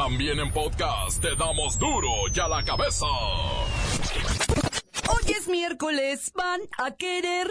También en podcast te damos duro y a la cabeza. Hoy es miércoles, van a querer.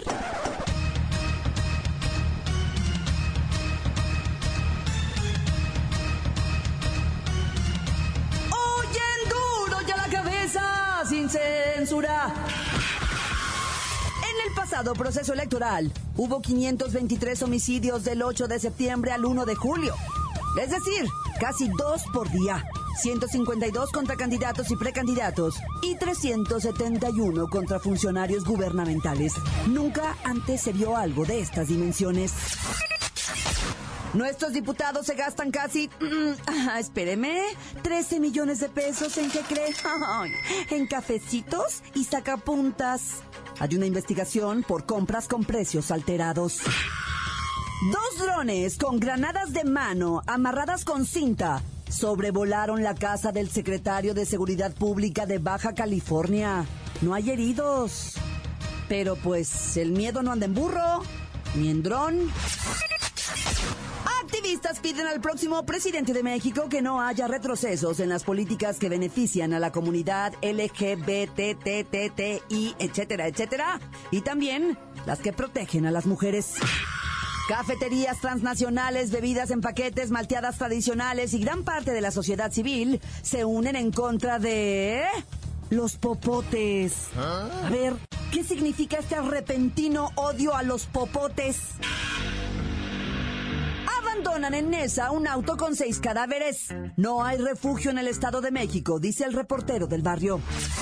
Oyen duro y a la cabeza, sin censura. En el pasado proceso electoral hubo 523 homicidios del 8 de septiembre al 1 de julio. Es decir, casi 2 por día. 152 contra candidatos y precandidatos y 371 contra funcionarios gubernamentales. Nunca antes se vio algo de estas dimensiones. Nuestros diputados se gastan casi, espéreme, 13 millones de pesos. ¿En qué cree? En cafecitos y sacapuntas. Hay una investigación por compras con precios alterados. 2 drones con granadas de mano amarradas con cinta sobrevolaron la casa del secretario de Seguridad Pública de Baja California. No hay heridos. Pero pues el miedo no anda en burro, ni en dron. Activistas piden al próximo presidente de México que no haya retrocesos en las políticas que benefician a la comunidad LGBTTTI, etcétera, etcétera, y también las que protegen a las mujeres. Cafeterías transnacionales, bebidas en paquetes, malteadas tradicionales y gran parte de la sociedad civil se unen en contra de los popotes. A ver, ¿qué significa este repentino odio a los popotes? Abandonan en Nesa un auto con 6 cadáveres. No hay refugio en el Estado de México, dice el reportero del barrio.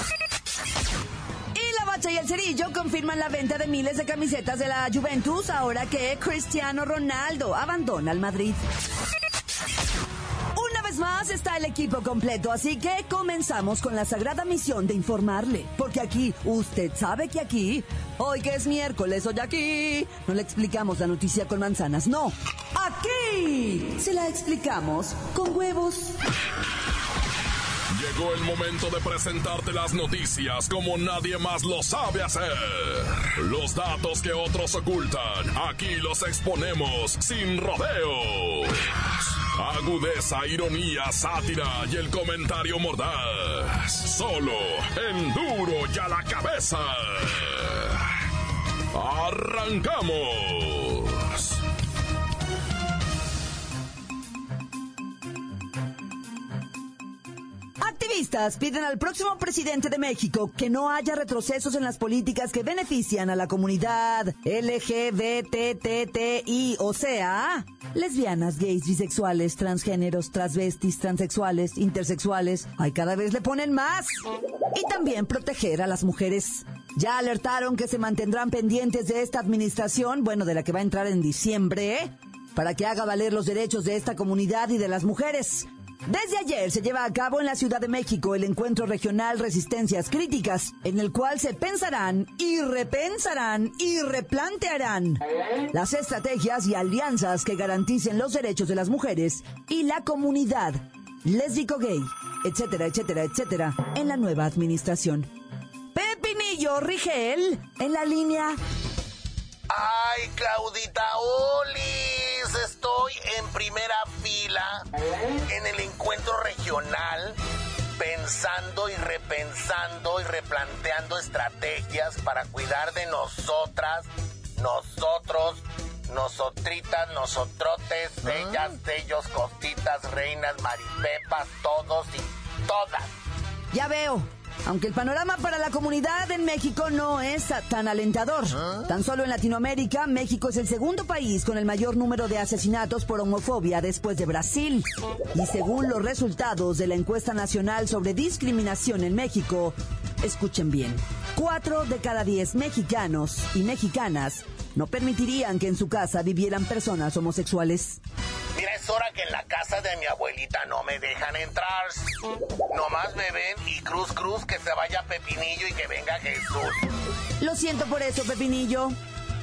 Y el Cerillo confirman la venta de miles de camisetas de la Juventus ahora que Cristiano Ronaldo abandona el Madrid. Una vez más está el equipo completo, así que comenzamos con la sagrada misión de informarle. Porque aquí, usted sabe que aquí, hoy que es miércoles, hoy aquí, no le explicamos la noticia con manzanas, no. Aquí se la explicamos con huevos. Llegó el momento de presentarte las noticias como nadie más lo sabe hacer. Los datos que otros ocultan, aquí los exponemos sin rodeos. Agudeza, ironía, sátira y el comentario mordaz. Solo en Duro y a la Cabeza. ¡Arrancamos! Activistas piden al próximo presidente de México que no haya retrocesos en las políticas que benefician a la comunidad LGBTTI, o sea, lesbianas, gays, bisexuales, transgéneros, transvestis, transexuales, intersexuales. Ay, cada vez le ponen más. Y también proteger a las mujeres. Ya alertaron que se mantendrán pendientes de esta administración, bueno, de la que va a entrar en diciembre, para que haga valer los derechos de esta comunidad y de las mujeres. Desde ayer se lleva a cabo en la Ciudad de México el encuentro regional Resistencias Críticas, en el cual se pensarán y repensarán y replantearán las estrategias y alianzas que garanticen los derechos de las mujeres y la comunidad lésbico-gay, etcétera, etcétera, etcétera, en la nueva administración. Pepinillo Rigel, en la línea. ¡Ay, Claudita Olis! Estoy en primera fila en el encuentro regional pensando y repensando y replanteando estrategias para cuidar de nosotras, nosotros, nosotritas, nosotrotes, ellas, ellos, costitas, reinas, maripepas, todos y todas. Ya veo. Aunque el panorama para la comunidad en México no es tan alentador. Tan solo en Latinoamérica, México es el segundo país con el mayor número de asesinatos por homofobia después de Brasil. Y según los resultados de la encuesta nacional sobre discriminación en México, escuchen bien, 4 de cada 10 mexicanos y mexicanas no permitirían que en su casa vivieran personas homosexuales. Mira, es hora que en la casa de mi abuelita no me dejan entrar. Nomás me ven y cruz, que se vaya Pepinillo y que venga Jesús. Lo siento por eso, Pepinillo. 1 de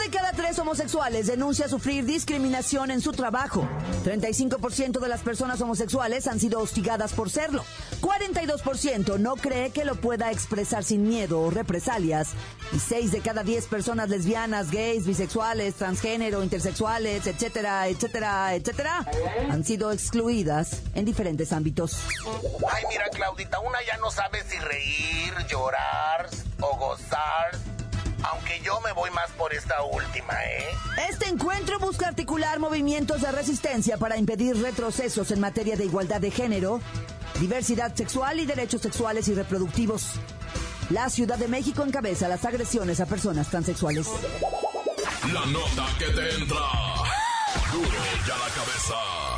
de cada 3 homosexuales denuncia sufrir discriminación en su trabajo. 35% de las personas homosexuales han sido hostigadas por serlo. 42% no cree que lo pueda expresar sin miedo o represalias. Y 6 de cada 10 personas lesbianas, gays, bisexuales, transgénero, intersexuales, etcétera, etcétera, etcétera, han sido excluidas en diferentes ámbitos. Ay, mira, Claudita, una ya no sabe si reír, llorar o gozar. Aunque yo me voy más por esta última, ¿eh? Este encuentro busca articular movimientos de resistencia para impedir retrocesos en materia de igualdad de género, diversidad sexual y derechos sexuales y reproductivos. La Ciudad de México encabeza las agresiones a personas transexuales. La nota que te entra. Duro ya la cabeza.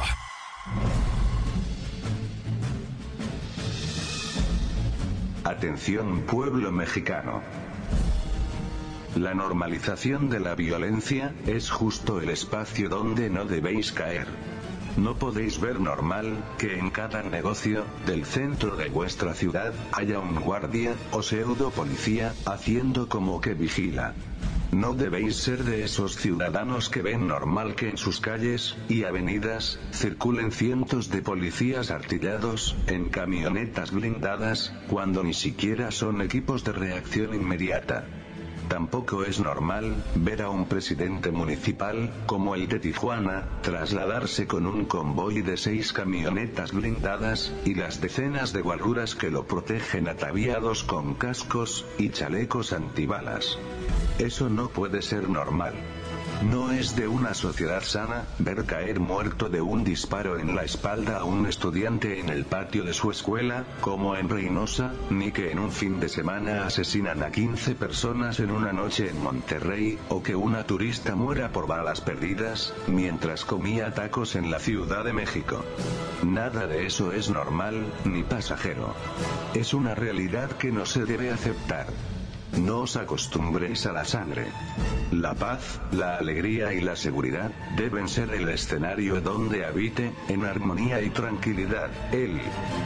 Atención, pueblo mexicano. La normalización de la violencia es justo el espacio donde no debéis caer. No podéis ver normal que en cada negocio del centro de vuestra ciudad haya un guardia o pseudo policía haciendo como que vigila. No debéis ser de esos ciudadanos que ven normal que en sus calles y avenidas circulen cientos de policías artillados en camionetas blindadas, cuando ni siquiera son equipos de reacción inmediata. Tampoco es normal ver a un presidente municipal, como el de Tijuana, trasladarse con un convoy de 6 camionetas blindadas, y las decenas de guaruras que lo protegen ataviados con cascos y chalecos antibalas. Eso no puede ser normal. No es de una sociedad sana ver caer muerto de un disparo en la espalda a un estudiante en el patio de su escuela, como en Reynosa, ni que en un fin de semana asesinan a 15 personas en una noche en Monterrey, o que una turista muera por balas perdidas, mientras comía tacos en la Ciudad de México. Nada de eso es normal, ni pasajero. Es una realidad que no se debe aceptar. No os acostumbréis a la sangre. La paz, la alegría y la seguridad deben ser el escenario donde habite, en armonía y tranquilidad, el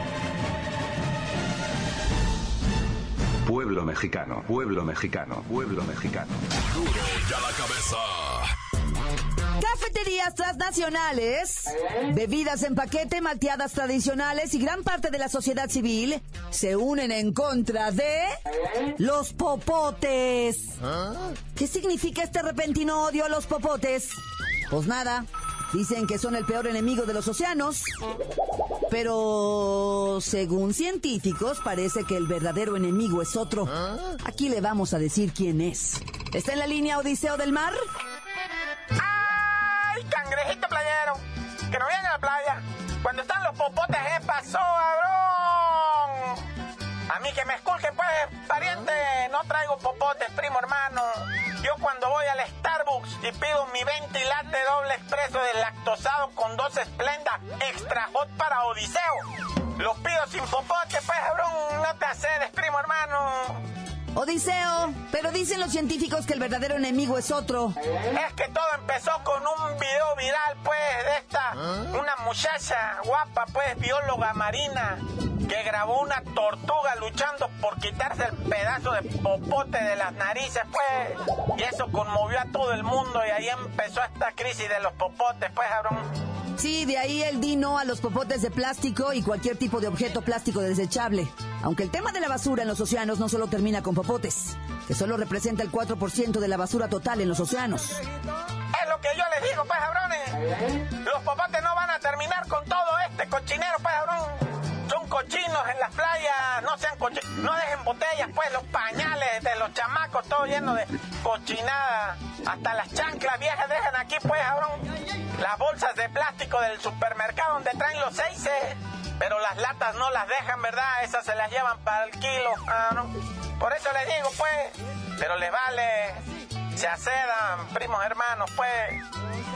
pueblo mexicano, pueblo mexicano, pueblo mexicano. Duro ya la cabeza. Cafeterías transnacionales, bebidas en paquete, malteadas tradicionales y gran parte de la sociedad civil se unen en contra de los popotes. ¿Qué significa este repentino odio a los popotes? Pues nada, dicen que son el peor enemigo de los océanos, pero según científicos parece que el verdadero enemigo es otro. Aquí le vamos a decir quién es. ¿Está en la línea Odiseo del Mar? Cangrejito playero, que no viene a la playa. Cuando están los popotes, ¿qué pasó, cabrón? A mí que me esculquen, pues, pariente. No traigo popotes, primo hermano. Yo cuando voy al Starbucks y pido mi 20 latte doble expreso deslactosado con 2 Splenda extra hot para Odiseo, los pido sin popote, pues, cabrón. No te acedes, primo hermano. Odiseo, pero dicen los científicos que el verdadero enemigo es otro. Es que todo empezó con un video viral, pues, de esta, una muchacha guapa, pues, bióloga marina, que grabó una tortuga luchando por quitarse el pedazo de popote de las narices, pues, y eso conmovió a todo el mundo, y ahí empezó esta crisis de los popotes, pues, cabrón. Sí, de ahí el di no a los popotes de plástico y cualquier tipo de objeto plástico desechable. Aunque el tema de la basura en los océanos no solo termina con popotes, que solo representa el 4% de la basura total en los océanos. Es lo que yo les digo, pues, cabrones. Los popotes no van a terminar con todo este cochinero, pues, cabrón. Son cochinos en las playas, no sean cochinos. No dejen botellas, pues, los pañales de los chamacos, todo lleno de cochinada. Hasta las chanclas viejas dejan aquí, pues, cabrón. Las bolsas de plástico del supermercado donde traen los 6, pero las latas no las dejan, ¿verdad? Esas se las llevan para el kilo. ¿No? Por eso les digo, pues, pero les vale, se acedan, primos hermanos, pues.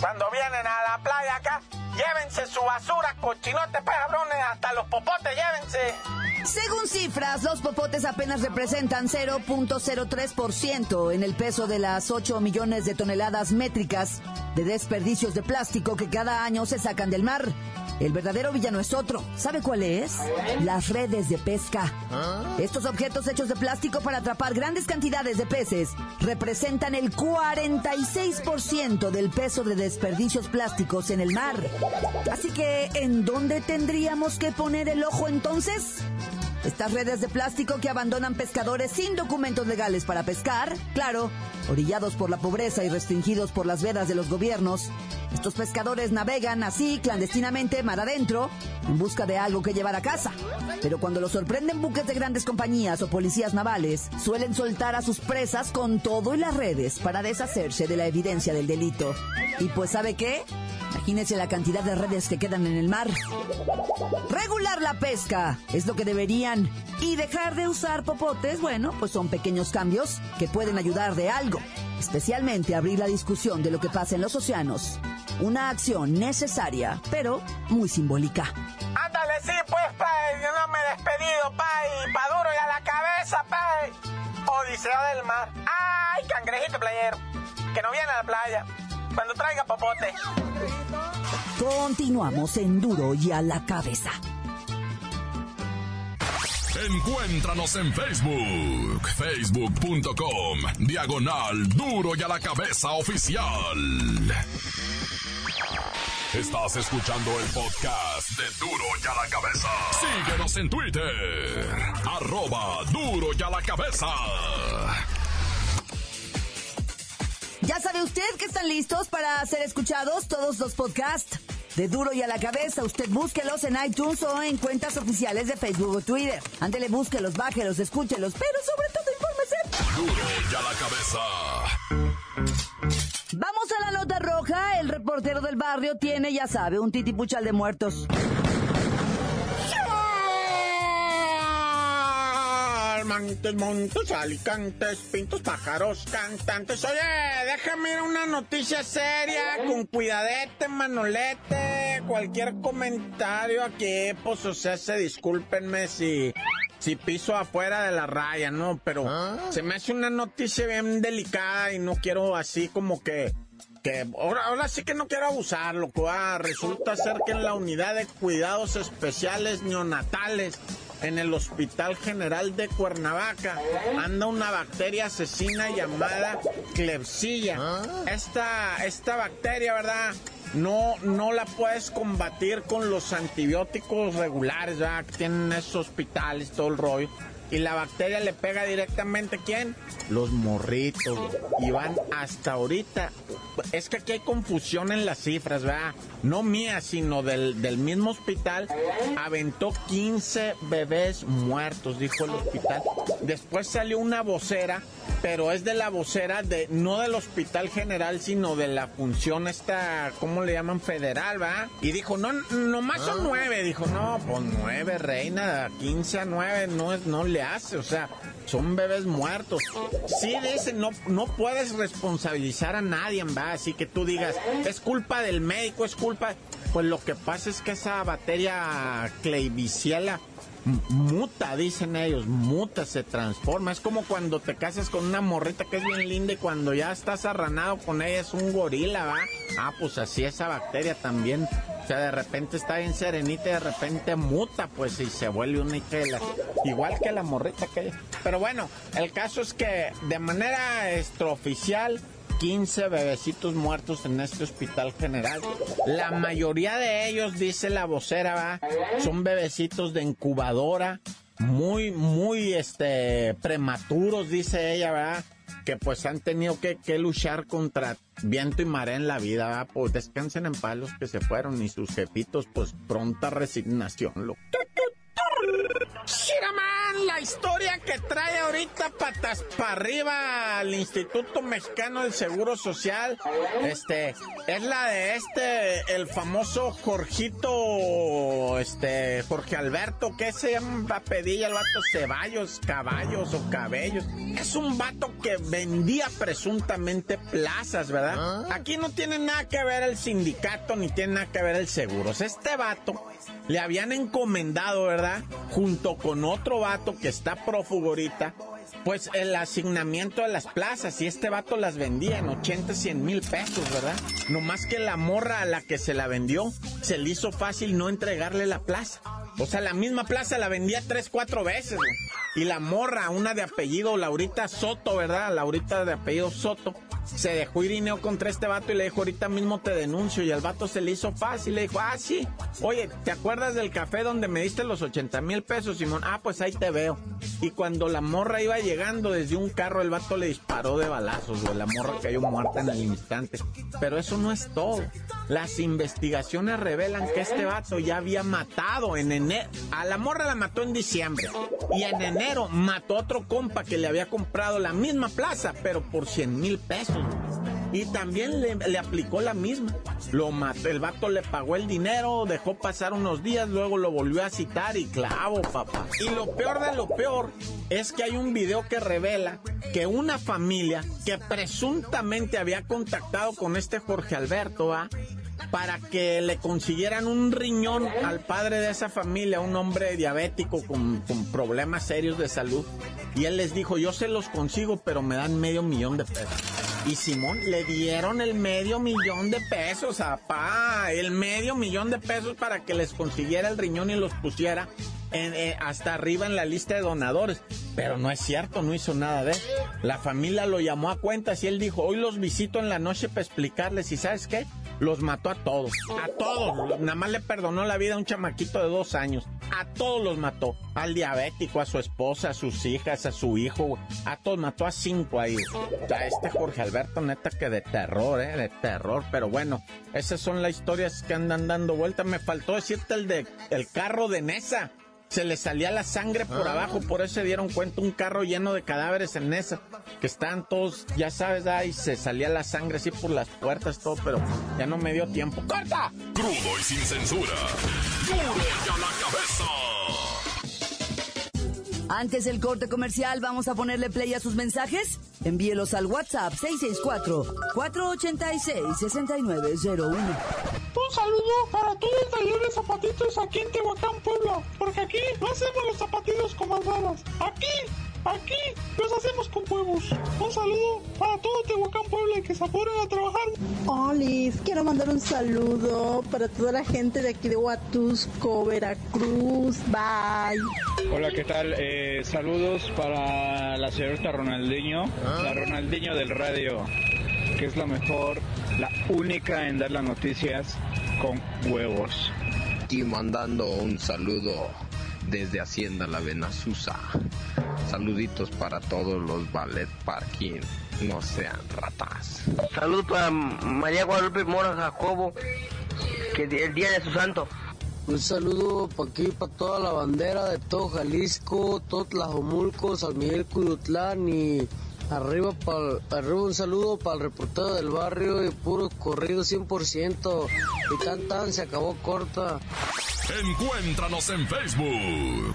Cuando vienen a la playa acá, llévense su basura, cochinote, pues, cabrones, hasta los popotes llévense. Según cifras, los popotes apenas representan 0.03% en el peso de las 8 millones de toneladas métricas de desperdicios de plástico que cada año se sacan del mar. El verdadero villano es otro. ¿Sabe cuál es? Las redes de pesca. Estos objetos hechos de plástico para atrapar grandes cantidades de peces representan el 46% del peso de desperdicios plásticos en el mar. Así que, ¿en dónde tendríamos que poner el ojo entonces? Estas redes de plástico que abandonan pescadores sin documentos legales para pescar, claro, orillados por la pobreza y restringidos por las vedas de los gobiernos. Estos pescadores navegan así clandestinamente mar adentro en busca de algo que llevar a casa. Pero cuando los sorprenden buques de grandes compañías o policías navales, suelen soltar a sus presas con todo y las redes para deshacerse de la evidencia del delito. Y pues ¿sabe qué? Imagínese la cantidad de redes que quedan en el mar. Regular la pesca es lo que deberían. Y dejar de usar popotes, bueno, pues son pequeños cambios que pueden ayudar de algo. Especialmente abrir la discusión de lo que pasa en los océanos. Una acción necesaria, pero muy simbólica. Ándale, sí, pues, pay, yo no me he despedido, pay, pa' duro y a la cabeza, pay. Odisea del mar. Ay, cangrejito playero, que no viene a la playa cuando traiga popote. Continuamos en Duro y a la Cabeza. Encuéntranos en Facebook, facebook.com/Duro y a la Cabeza Oficial. Estás escuchando el podcast de Duro y a la Cabeza. Síguenos en Twitter, @Duro y a la Cabeza. ¿Ya sabe usted que están listos para ser escuchados todos los podcasts de Duro y a la Cabeza? Usted búsquelos en iTunes o en cuentas oficiales de Facebook o Twitter. Ándele, búsquelos, bájelos, escúchelos, pero sobre todo infórmese. Duro y a la Cabeza. Vamos a la nota roja. El reportero del barrio tiene, ya sabe, un titipuchal de muertos. Montes, alicantes, pintos, pájaros, cantantes. Oye, déjame ir a una noticia seria, con cuidadete, manolete. Cualquier comentario aquí, pues, o sea, discúlpenme si piso afuera de la raya, ¿no? Pero se me hace una noticia bien delicada y no quiero así como que ahora sí que no quiero abusar, loco. Resulta ser que en la unidad de cuidados especiales neonatales en el Hospital General de Cuernavaca anda una bacteria asesina llamada Klebsiella. Esta bacteria, ¿verdad? No la puedes combatir con los antibióticos regulares, ¿verdad? Que tienen esos hospitales, todo el rollo. Y la bacteria le pega directamente, ¿quién? Los morritos. Y van hasta ahorita. Es que aquí hay confusión en las cifras, ¿verdad? No mía, sino del mismo hospital. Aventó 15 bebés muertos, dijo el hospital. Después salió una vocera, pero es de la vocera no del Hospital General, sino de la función esta, ¿cómo le llaman? Federal, ¿verdad? Y dijo, nomás son 9. Dijo, no, pues 9, reina, 15 a 9 no le hace, o sea, son bebés muertos. Sí, dice, no puedes responsabilizar a nadie, ¿verdad? Así que tú digas, es culpa del médico, es culpa. Pues lo que pasa es que esa bacteria Klebsiella muta, dicen ellos, se transforma. Es como cuando te casas con una morrita que es bien linda y cuando ya estás arranado con ella es un gorila, ¿va? Pues así esa bacteria también. O sea, de repente está bien serenita y de repente muta, pues, y se vuelve una hijela. Igual que la morrita que ella. Pero bueno, el caso es que de manera extraoficial, 15 bebecitos muertos en este hospital general. La mayoría de ellos, dice la vocera, ¿va? Son bebecitos de incubadora, muy prematuros, dice ella, ¿verdad? Que pues han tenido que luchar contra viento y marea en la vida, ¿verdad? Pues descansen en paz los que se fueron y sus jefitos, pues pronta resignación, loco. Shiraman, la historia que trae ahorita patas para arriba al Instituto Mexicano del Seguro Social, es la de el famoso Jorge Alberto, ¿qué se llama? Pedilla, el vato Ceballos, Caballos o Cabellos. Es un vato que vendía presuntamente plazas, ¿verdad? Aquí no tiene nada que ver el sindicato ni tiene nada que ver el seguros. Este vato le habían encomendado, ¿verdad? Junto con otro vato que está prófugo ahorita, pues el asignamiento de las plazas, y este vato las vendía en 80, 100 mil pesos, ¿verdad? Nomás que la morra a la que se la vendió, se le hizo fácil no entregarle la plaza. O sea, la misma plaza la vendía 3, 4 veces, güey. Y la morra, una de apellido Laurita Soto, ¿verdad? Laurita de apellido Soto, se dejó irineo contra este vato y le dijo, ahorita mismo te denuncio. Y al vato se le hizo fácil, le dijo, sí. Oye, ¿te acuerdas del café donde me diste los 80 mil pesos, Simón? Pues ahí te veo. Y cuando la morra iba llegando desde un carro, el vato le disparó de balazos, güey. La morra cayó muerta en el instante. Pero eso no es todo. Las investigaciones revelan que este vato ya había matado en enero. A la morra la mató en diciembre. Y en enero mató a otro compa que le había comprado la misma plaza, pero por 100 mil pesos. Y también le aplicó la misma. Lo mató, el vato le pagó el dinero, dejó pasar unos días, luego lo volvió a citar y clavo, papá. Y lo peor de lo peor es que hay un video que revela que una familia que presuntamente había contactado con este Jorge Alberto, para que le consiguieran un riñón al padre de esa familia, un hombre diabético con problemas serios de salud. Y él les dijo, yo se los consigo, pero me dan $500,000 de pesos. Y Simón, le dieron el $500,000 de pesos, apá, el $500,000 de pesos para que les consiguiera el riñón y los pusiera hasta arriba en la lista de donadores. Pero no es cierto, no hizo nada de eso. La familia lo llamó a cuentas y él dijo, hoy los visito en la noche para explicarles. ¿Y sabes qué? Los mató a todos, nada más le perdonó la vida a un chamaquito de 2 años, a todos los mató, al diabético, a su esposa, a sus hijas, a su hijo, a todos, mató a 5 ahí. O sea, Jorge Alberto, neta que de terror, de terror, pero bueno, esas son las historias que andan dando vuelta. Me faltó decirte el carro de Nesa. Se le salía la sangre por abajo, por eso se dieron cuenta, un carro lleno de cadáveres en Nesa, que estaban todos, ya sabes, y se salía la sangre así por las puertas, todo, pero ya no me dio tiempo. ¡Corta! Crudo y sin censura. ¡Duro y a la cabeza! Antes del corte comercial, ¿vamos a ponerle play a sus mensajes? Envíelos al WhatsApp 664-486-6901. Un saludo para todo el taller de zapatitos aquí en Tehuacán, Puebla, porque aquí no hacemos los zapatitos con manzanas, aquí los hacemos con huevos. Un saludo para todo Tehuacán, Puebla, y que se apuren a trabajar. Olis, quiero mandar un saludo para toda la gente de aquí de Huatusco, Veracruz. Bye. Hola, ¿qué tal? Saludos para la señorita Ronaldinho, la Ronaldinho del radio, que es la mejor, la única en dar las noticias con huevos. Aquí mandando un saludo desde Hacienda La Venazuza. Saluditos para todos los ballet parking, no sean ratas. Saludos para María Guadalupe Mora Jacobo, que el día de su santo. Un saludo para aquí, para toda la bandera de todo Jalisco, todo Tlajomulco, San Miguel, Cuyutlán y arriba un saludo para el reportero del barrio y puro corrido 100%. Y tan se acabó corta. Encuéntranos en Facebook,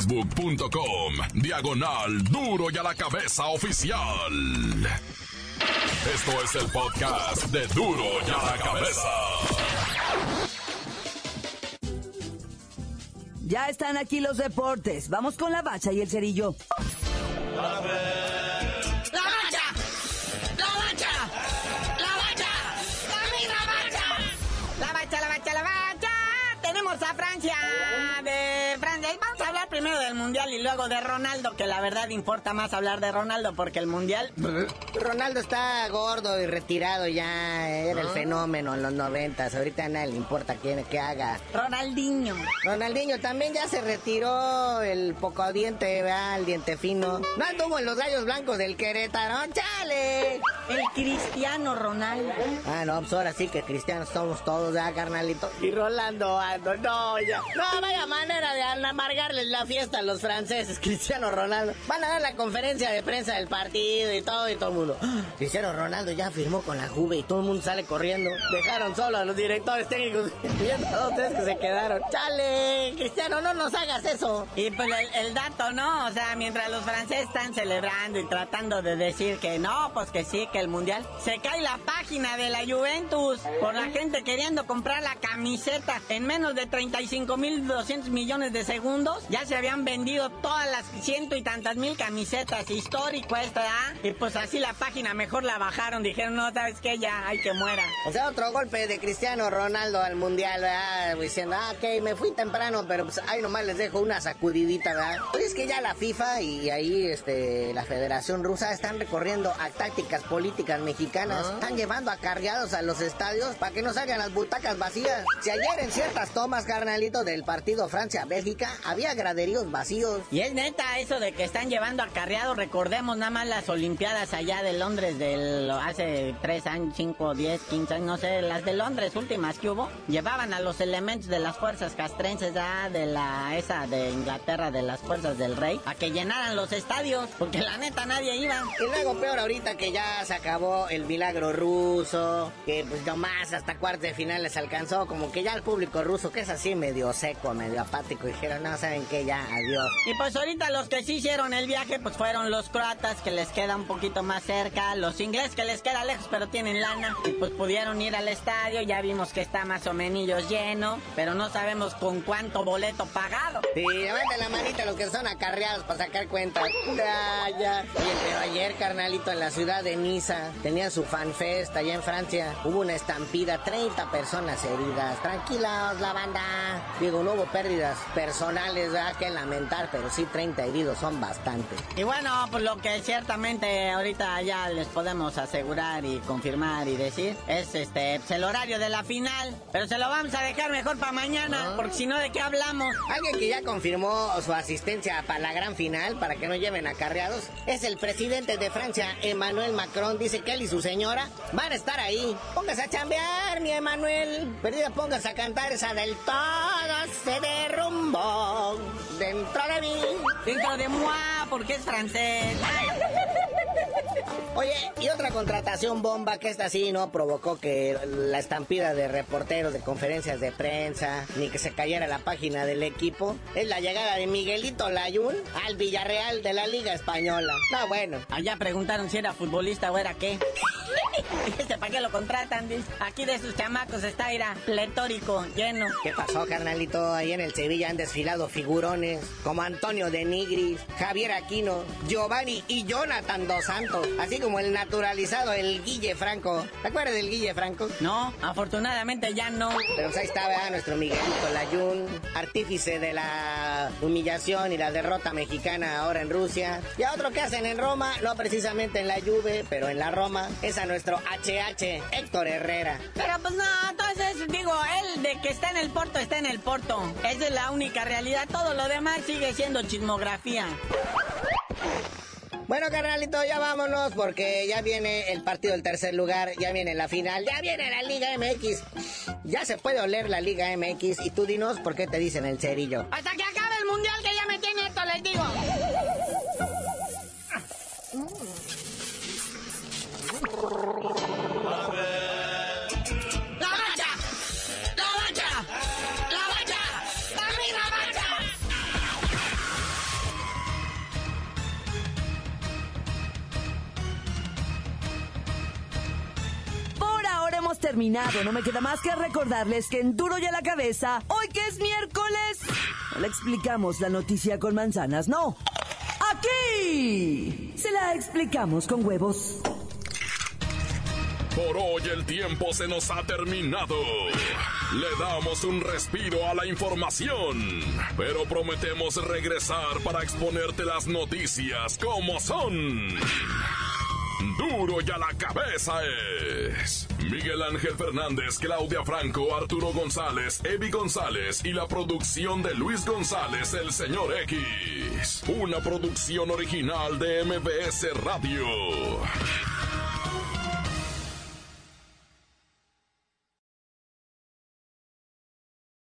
facebook.com/Duro y a la Cabeza Oficial. Esto es el podcast de Duro y a la Cabeza. Ya están aquí los deportes. Vamos con la Bacha y el Cerillo. ¡La Bacha! ¡La Bacha! ¡La Bacha! ¡La Bacha! Tenemos a Francia, de Francia. Vamos a hablar primero del Mundial y luego de Ronaldo, que la verdad importa más hablar de Ronaldo porque el Mundial... Ronaldo está gordo y retirado ya, era el fenómeno en los 90s, ahorita a nadie le importa qué haga. Ronaldinho también ya se retiró, el poco diente, ¿verdad? El diente fino. No anduvo en los Gallos Blancos del Querétaro, ¡chale! El Cristiano Ronaldo. Ah, no, pues ahora sí que cristianos somos todos, ya, carnalito. Y Rolando ando, no, ya. No, vaya manera de amargarles la fiesta a los franceses, Cristiano Ronaldo. Van a dar la conferencia de prensa del partido y todo el mundo. Cristiano Ronaldo ya firmó con la Juve y todo el mundo sale corriendo. Dejaron solo a los directores técnicos viendo a 2, 3 que se quedaron. Chale, Cristiano, no nos hagas eso. Y pues el dato, ¿no? O sea, mientras los franceses están celebrando y tratando de decir que no, pues que sí, que el mundial, se cae la página de la Juventus por la gente queriendo comprar la camiseta. En menos de 35,200 millones de segundos ya se habían vendido todas las 100 y tantas mil camisetas. Histórico esta, ¿ah? Y pues así la página mejor la bajaron. Dijeron, no, ¿sabes qué? Ya, hay que muera. O sea, otro golpe de Cristiano Ronaldo al mundial, ¿verdad? Diciendo, ok, me fui temprano, pero pues ahí nomás les dejo una sacudidita, ¿verdad? Pues es que ya la FIFA y ahí la Federación Rusa están recorriendo a tácticas políticas mexicanas. Están llevando acarreados a los estadios para que no salgan las butacas vacías. Si ayer en ciertas tomas, carnalito, del partido Francia-Bélgica, había graderíos vacíos. Y es neta eso de que están llevando acarreados. Recordemos nada más las Olimpiadas allá de Londres hace 3 años, 5, 10, 15 años, no sé, las de Londres últimas que hubo. Llevaban a los elementos de las fuerzas castrenses, esa de Inglaterra, de las fuerzas del rey, a que llenaran los estadios, porque la neta nadie iba. Y luego peor ahorita que ya se acabó el milagro ruso, que pues nomás hasta cuartos de final les alcanzó, como que ya el público ruso, que es así medio seco, medio apático, dijeron, no, ¿saben qué? Ya, adiós. Y pues ahorita los que sí hicieron el viaje, pues fueron los croatas, que les queda un poquito más cerca, los ingleses, que les queda lejos, pero tienen lana, y pues pudieron ir al estadio. Ya vimos que está más o menos lleno, pero no sabemos con cuánto boleto pagado. Sí, levanten la manita los que son acarreados para sacar cuenta. Ya. Oye, pero ayer, carnalito, en la ciudad de Niza, tenían su fanfest allá en Francia. Hubo una estampida, 30 personas heridas. Tranquilos, la banda. Digo, no hubo pérdidas personales, ¿verdad? Que lamentar, pero sí 30 heridos son bastantes. Y bueno, pues lo que ciertamente ahorita ya les podemos asegurar y confirmar y decir es pues el horario de la final, pero se lo vamos a dejar mejor para mañana, porque si no, ¿de qué hablamos? Alguien que ya confirmó su asistencia para la gran final, para que no lleven acarreados, es el presidente de Francia, Emmanuel Macron. Dice que él y su señora van a estar ahí. Póngase a chambear, mi Emmanuel. Perdida, póngase a cantar esa del todo se derrumbó dentro de mí. Dentro de moi, porque es francés. Oye, y otra contratación bomba, que esta sí no provocó que la estampida de reporteros de conferencias de prensa, ni que se cayera la página del equipo, es la llegada de Miguelito Layún al Villarreal de la Liga Española. No, bueno. Allá preguntaron si era futbolista o era qué. ¿Para qué lo contratan? Aquí de sus chamacos está, pletórico, lleno. ¿Qué pasó, carnalito? Ahí en el Sevilla han desfilado figurones como Antonio de Nigris, Javier Aquino, Giovanni y Jonathan Dos Santos, así como el naturalizado, el Guille Franco. ¿Te acuerdas del Guille Franco? No, afortunadamente ya no. Pero pues ahí estaba nuestro Miguelito Layún, artífice de la humillación y la derrota mexicana ahora en Rusia. Y a otro que hacen en Roma, no precisamente en la Juve, pero en la Roma, es a nuestro HH, Héctor Herrera. Pero pues no, entonces digo, él de que está en el Porto, está en el Porto. Esa es la única realidad, todo lo demás sigue siendo chismografía. Bueno, carnalito, ya vámonos, porque ya viene el partido del tercer lugar, ya viene la final, ya viene la Liga MX. Ya se puede oler la Liga MX, y tú dinos por qué te dicen el cerillo. Hasta que acabe el mundial, que ya me tiene esto, les digo. Terminado, no me queda más que recordarles que en Duro y a la Cabeza, hoy que es miércoles, no le explicamos la noticia con manzanas, no. Aquí se la explicamos con huevos. Por hoy el tiempo se nos ha terminado. Le damos un respiro a la información, pero prometemos regresar para exponerte las noticias como son. Duro y a la Cabeza es Miguel Ángel Fernández, Claudia Franco, Arturo González, Evi González y la producción de Luis González, el señor X. Una producción original de MBS Radio.